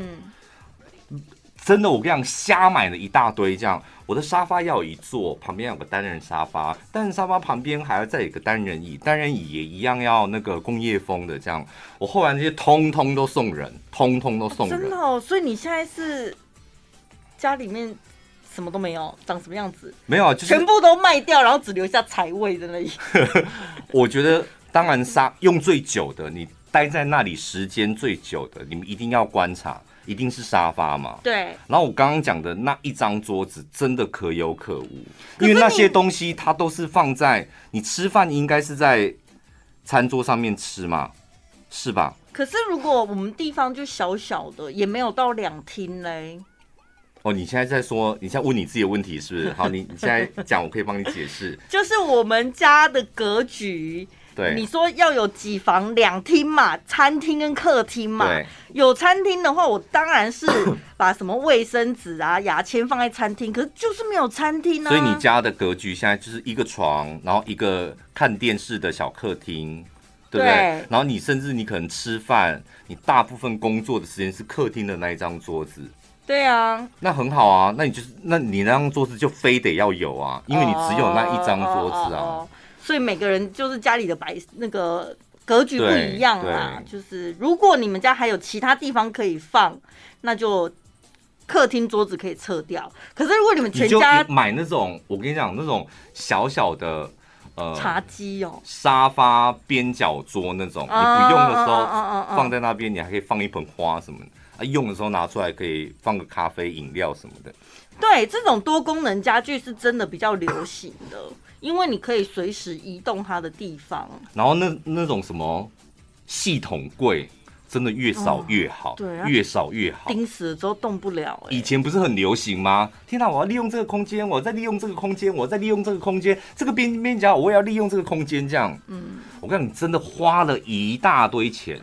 真的，我跟你讲，瞎买了一大堆这样。我的沙发要有一座，旁边有个单人沙发，单人沙发旁边还要再有一个单人椅，单人椅也一样要那个工业风的这样。我后来那些通通都送人，通通都送人。 真的哦，所以你现在是家里面什么都没有，长什么样子？ 没有啊，就是全部都卖掉，然后只留下财位在那里。 我觉得，当然用最久的，你待在那里时间最久的，你们一定要观察。一定是沙发嘛？ 对。 然后我刚刚讲的那一张桌子真的可有可无，因为那些东西它都是放在你吃饭应该是在餐桌上面吃嘛，是吧？ 可是如果我们地方就小小的，也没有到2厅嘞。 哦，你现在在说，你现在问你自己的问题是不是？好，你现在讲，我可以帮你解释。 就是我们家的格局。 对， 你说要有几房2厅嘛，餐厅跟客厅嘛。 对， 有餐厅的话，我当然是把什么卫生纸啊、牙签放在餐厅，可是就是没有餐厅啊。 所以你家的格局现在就是一个床，然后一个看电视的小客厅，对不对？然后你甚至你可能吃饭，你大部分工作的时间是客厅的那一张桌子。 对啊， 那很好啊，那你那张桌子就非得要有啊，因为你只有那一张桌子啊。 所以每个人就是家里的那个格局不一样啦。就是如果你们家还有其他地方可以放，那就客厅桌子可以撤掉。可是如果你们全家买那种，我跟你讲那种小小的茶几哦， 沙发边角桌那种，你不用的时候放在那边，你还可以放一盆花什么的。用的时候拿出来可以放个咖啡、饮料什么的。 对，这种多功能家具是真的比较流行的。因为你可以随时移动它的地方， 然后那种什么系统柜，真的越少越好，对啊，越少越好。 钉死了之后动不了。 以前不是很流行吗？天哪，我要利用这个空间，我再利用这个空间，我再利用这个空间，这个边角我也要利用这个空间，这样。我跟你真的花了一大堆钱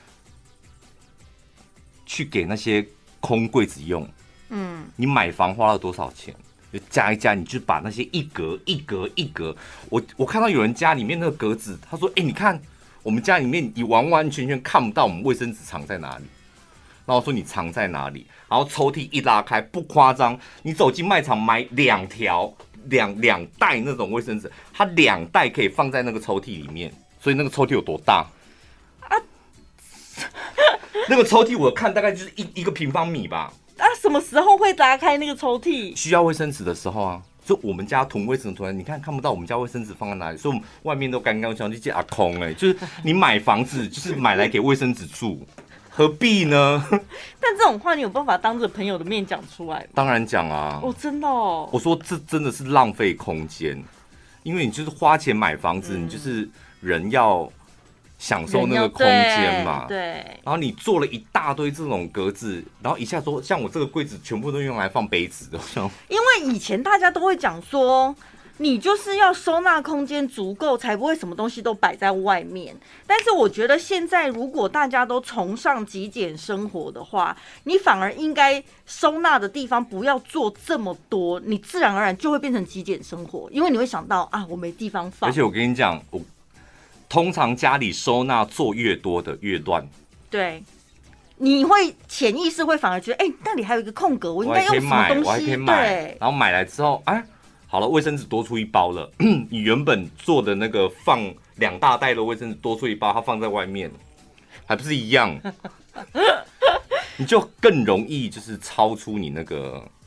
去给那些空柜子用。你买房花了多少钱？就加一加，你就把那些一格一格一格，我看到有人家里面那个格子，他说：“你看我们家里面，你完完全全看不到我们卫生纸藏在哪里。”然后我说：“你藏在哪里？”然后抽屉一拉开，不夸张，你走进卖场买2袋那种卫生纸，它2袋可以放在那个抽屉里面，所以那个抽屉有多大？那个抽屉我看大概就是一个平方米吧。 什么时候会打开那个抽屉？ 需要卫生纸的时候啊，就我们家囤卫生纸，你看不到我们家卫生纸放在哪里，所以我们外面都干干净净，就空就是你买房子就是买来给卫生纸住，何必呢？ 但这种话你有办法当着朋友的面讲出来吗？ 当然讲啊！ 真的哦！ 我说这真的是浪费空间，因为你就是花钱买房子，你就是人要享受那个空间嘛， 对。 然后你做了一大堆这种格子，然后一下说，像我这个柜子全部都用来放杯子的。 因为以前大家都会讲说，你就是要收纳空间足够，才不会什么东西都摆在外面。但是我觉得现在如果大家都崇尚极简生活的话，你反而应该收纳的地方不要做这么多，你自然而然就会变成极简生活，因为你会想到我没地方放。 而且我跟你讲，通常家里收纳做越多的越乱， 对，你会潜意识会反而觉得，那里还有一个空格，我应该用什么东西？ 我还可以买，然后买来之后，好了，卫生纸多出1包了，你原本做的那个放2大袋的卫生纸多出1包，它放在外面，还不是一样？你就更容易就是超出你那个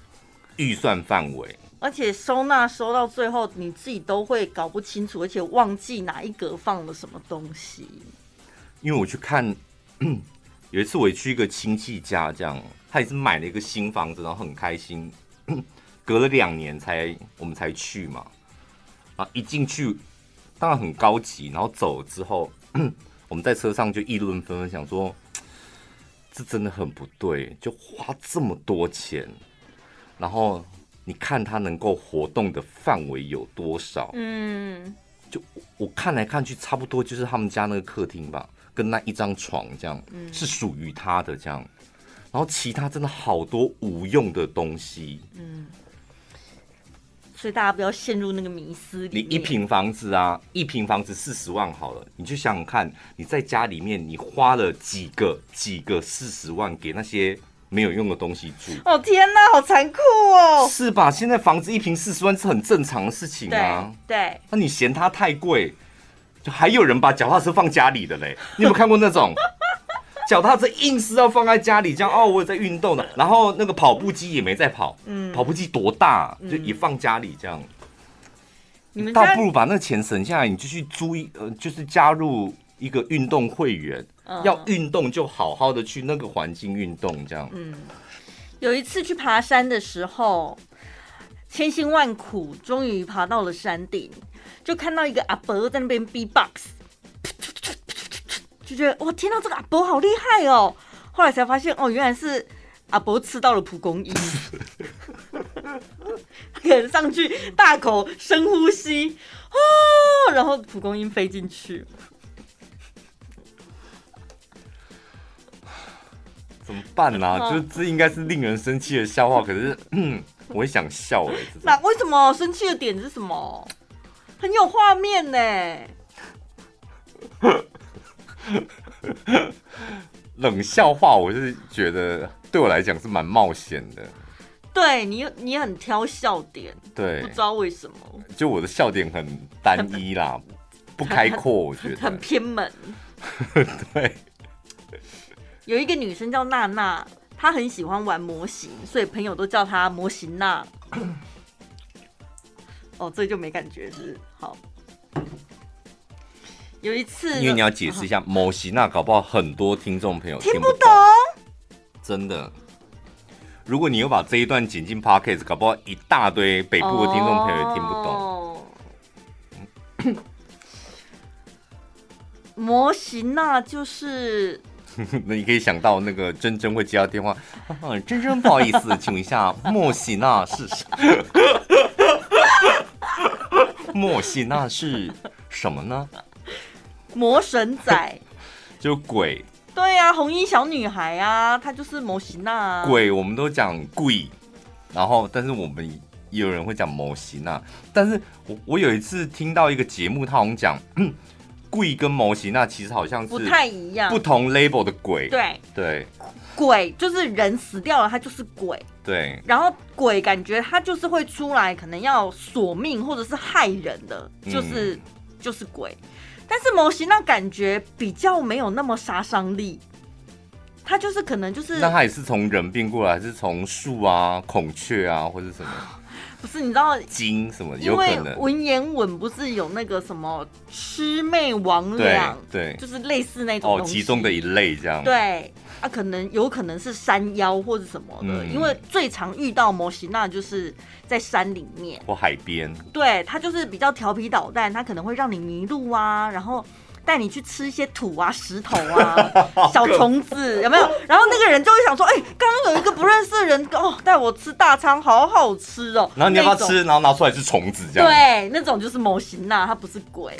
预算范围。 而且收纳收到最后，你自己都会搞不清楚，而且忘记哪一格放了什么东西。 因为我去看，有一次我去一个亲戚家，这样他也是买了一个新房子，然后很开心，隔了2年我们才去嘛，啊，一进去当然很高级，然后走了之后，我们在车上就议论纷纷，想说这真的很不对，就花这么多钱，然后你看它能够活动的范围有多少？就我看来看去，差不多就是他们家那个客厅吧，跟那一张床这样，是属于他的这样。然后其他真的好多无用的东西， 所以大家不要陷入那个迷思里面。 你一坪房子啊，1坪房子40万好了，你就想想看，你在家里面你花了几个40万给那些没有用的东西住。 哦天哪，好残酷哦！ 是吧？现在房子1坪40万是很正常的事情啊。 对。 那你嫌它太贵，就还有人把脚踏车放家里的嘞。你有没有看过那种脚踏车硬是要放在家里，这样哦，我有在运动的，然后那个跑步机也没在跑，跑步机多大，就也放家里这样。你们倒不如把那个钱省下来，你就去租就是加入一个运动会员，要运动就好好的去那个环境运动，这样。 有一次去爬山的时候，千辛万苦，终于爬到了山顶，就看到一个阿伯在那边 B-box， 就觉得哇，天哪，这个阿伯好厉害哦！后来才发现，哦，原来是阿伯吃到了蒲公英，他可能上去大口深呼吸，哦，然后蒲公英飞进去。 怎么办啊？就是这应该是令人生气的笑话，可是我会想笑哎。 那为什么生气的点是什么？很有画面呢。 冷笑话，我是觉得对我来讲是蛮冒险的。 对你很挑笑点， 对， 不知道为什么。 就我的笑点很单一啦，不开阔，我觉得很偏门。 对。 有一个女生叫娜娜，她很喜欢玩模型，所以朋友都叫她模型娜。哦，这就没感觉是好。有一次， 因为你要解释一下模型娜，搞不好很多听众朋友听不懂， 真的。如果你有把这一段剪进 Podcast， 搞不好一大堆北部的听众朋友也听不懂。 模型娜就是。 那你可以想到那个珍珍会接到电话，珍珍不好意思，请问一下莫西娜是莫西娜是什么呢？ 魔神仔， 就鬼。 对啊，红衣小女孩啊，她就是莫西娜。 鬼我们都讲鬼，然后但是我们也有人会讲莫西娜，但是我有一次听到一个节目，他好像讲。鬼跟模型那其实好像是不太一样， 不同 label 的鬼。 对，鬼就是人死掉了，他就是鬼。 对， 然后鬼感觉他就是会出来，可能要索命或者是害人的，就是鬼。但是模型那感觉比较没有那么杀伤力，他就是可能就是， 那他也是从人变过来，还是从树啊、孔雀啊，或者什么？ 不是，你知道金什么？有可能。 因为文言文不是有那个什么魑魅魍魉， 对， 就是类似那种东西， 其中的一类这样。 对啊，有可能是山妖或者什么的，因为最常遇到模型那就是在山里面或海边。 对，他就是比较调皮捣蛋，他可能会让你迷路啊，然后带你去吃一些土啊、石头啊、小虫子，有没有？然后那个人就会想说：“刚刚有一个不认识的人带我吃大餐，好好吃哦。” 然后你要不要吃？然后拿出来是虫子，这样。 对，那种就是模型呐，它不是鬼。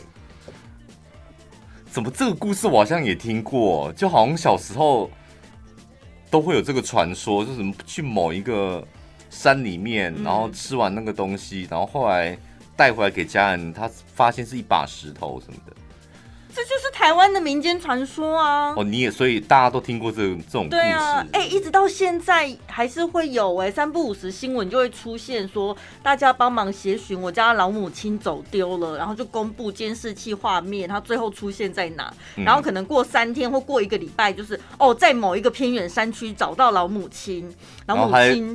怎么这个故事我好像也听过？就好像小时候都会有这个传说，就是什么去某一个山里面，然后吃完那个东西，然后后来带回来给家人，他发现是一把石头什么的。 这就是台湾的民间传说啊！ 你也所以大家都听过这种故事。 对啊，一直到现在还是会有3不5时新闻就会出现说，大家帮忙协寻我家老母亲走丢了，然后就公布监视器画面，她最后出现在哪？然后可能过3天或过1个礼拜，就是在某一个偏远山区找到老母亲，老母亲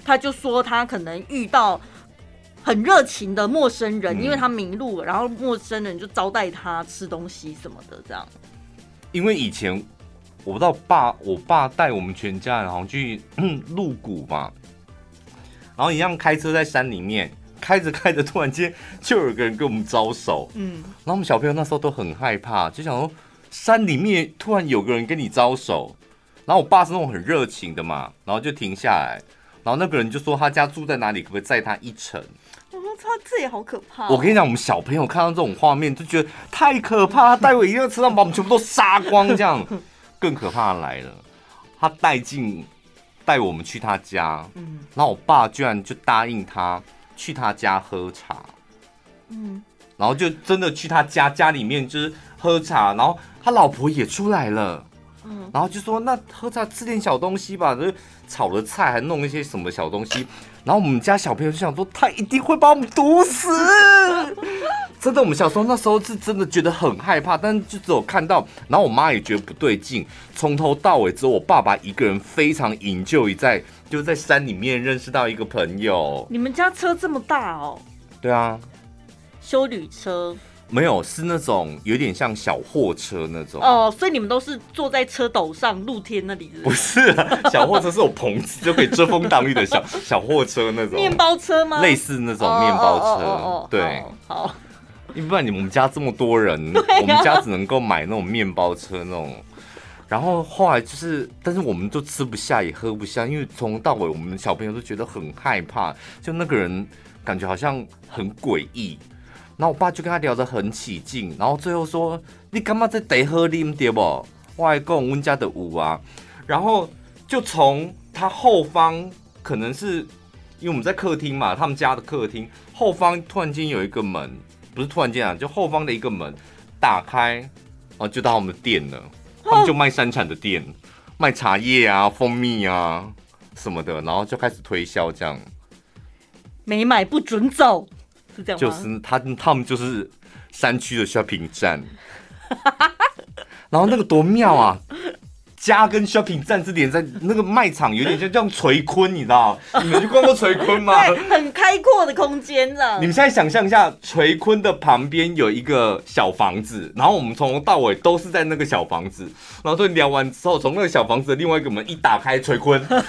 他就说他可能遇到很热情的陌生人，因为他迷路了，然后陌生人就招待他吃东西什么的，这样。 因为以前我不知道我爸带我们全家人好像去鹿谷嘛，然后一样开车在山里面，开着开着，突然间就有个人跟我们招手，然后我们小朋友那时候都很害怕，就想说山里面突然有个人跟你招手，然后我爸是那种很热情的嘛，然后就停下来，然后那个人就说他家住在哪里，可不可以载他一程？ 我说这也好可怕我跟你讲，我们小朋友看到这种画面就觉得太可怕，他带我一辆车上把我们全部都杀光，这样更可怕的来了，他带我们去他家，然后我爸居然就答应他去他家喝茶，然后就真的去他家里面就是喝茶，然后他老婆也出来了，然后就说那喝茶吃点小东西吧，就是炒了菜还弄一些什么小东西，然后我们家小朋友就想说他一定会把我们毒死，真的我们小时候那时候是真的觉得很害怕，但是就只有看到，然后我妈也觉得不对劲，从头到尾只有我爸爸一个人非常enjoy就是在山里面认识到一个朋友。 你们家车这么大哦？ 对啊， 休旅车。 没有，是那种有点像小货车那种哦，所以你们都是坐在车斗上露天那里是不是？ 不是啊，小货车是有棚子就可以遮风挡雨的小货车那种。 面包车吗？ 类似那种面包车，对。 好， 要不然你们家这么多人，我们家只能够买那种面包车那种。然后后来就是，但是我们都吃不下也喝不下，因为从头到尾我们小朋友都觉得很害怕，就那个人感觉好像很诡异。然后我爸就跟他聊得很起劲，然后最后说：“你干嘛在得喝啉对不？我还讲我们家的舞啊。”然后就从他后方，可能是因为我们在客厅嘛，他们家的客厅后方突然间有一个门，不是突然间啊，就后方的一个门打开，哦，就到他们的店了。他们就卖山产的店，卖茶叶啊、蜂蜜啊什么的，然后就开始推销这样。 没买不准走。是这样吗？ 就是他们就是山区的 shopping 站，然后那个多妙啊！家跟 shopping 站之间在那个卖场有点像这样垂坤，你知道？你们去逛过垂坤吗？ 对，很开阔的空间的。 你们现在想象一下，垂坤的旁边有一个小房子，然后我们从头到尾都是在那个小房子，然后对聊完之后，从那个小房子的另外一个门一打开，垂坤，哇，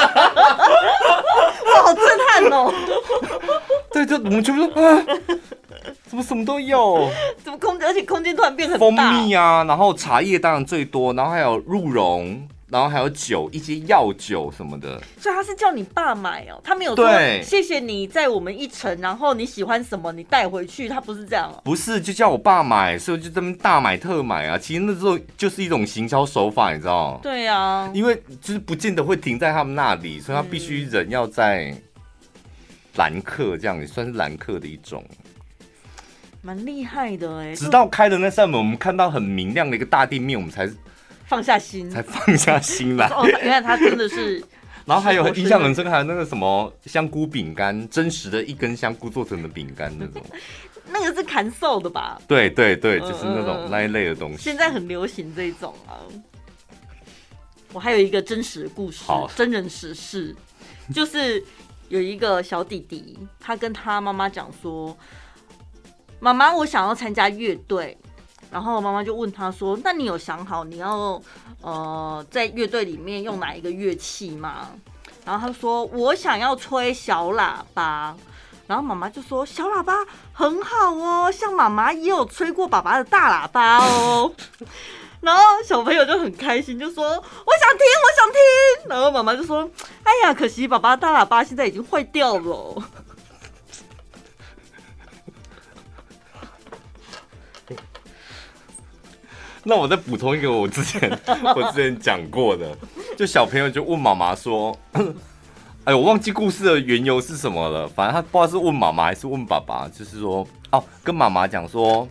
好震撼哦！ 对，就我们全部说啊，怎么什么都有？ 怎么而且空间突然变很大？ 蜂蜜啊，然后茶叶当然最多，然后还有鹿茸，然后还有酒，一些药酒什么的。 所以他是叫你爸买哦，他没有说谢谢你载我们一程，然后你喜欢什么你带回去，他不是这样哦。 不是，就叫我爸买，所以就这边大买特买啊。其实那时候就是一种行销手法，你知道吗？ 对啊， 因为就是不见得会停在他们那里，所以他必须人要在揽客，这样也算是揽客的一种。 蛮厉害的哎！ 直到开的那扇门，我们看到很明亮的一个大地面，我们才放下心， 才放下心来。 哦，原来他真的是。 然后还有印象很深，还有那个什么香菇饼干，真实的一根香菇做成的饼干那种。 那个是砍瘦的吧？ 对对对，就是那种那一类的东西。 现在很流行这种啊。我还有一个真实的故事，真人实事，就是有一个小弟弟，他跟他妈妈讲说。妈妈，我想要参加乐队，然后妈妈就问他说：“那你有想好你要在乐队里面用哪一个乐器吗？”然后他说：“我想要吹小喇叭。”然后妈妈就说：“小喇叭很好哦，像妈妈也有吹过爸爸的大喇叭哦。”然后小朋友就很开心，就说：“我想听，我想听。”然后妈妈就说：“哎呀，可惜爸爸的大喇叭现在已经坏掉了。” 那我再补充一个我之前讲过的，就小朋友就问妈妈说：“哎，我忘记故事的缘由是什么了。反正他不知道是问妈妈还是问爸爸，就是说哦，跟妈妈讲说，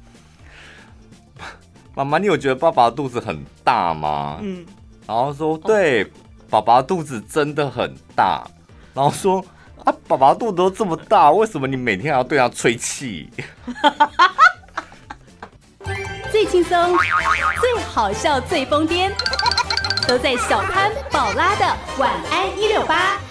妈妈，你有觉得爸爸的肚子很大吗？然后说对，爸爸的肚子真的很大。然后说啊，爸爸的肚子都这么大，为什么你每天还要对他吹气？” 最轻松、最好笑、最疯癫，都在小潘宝拉的晚安168。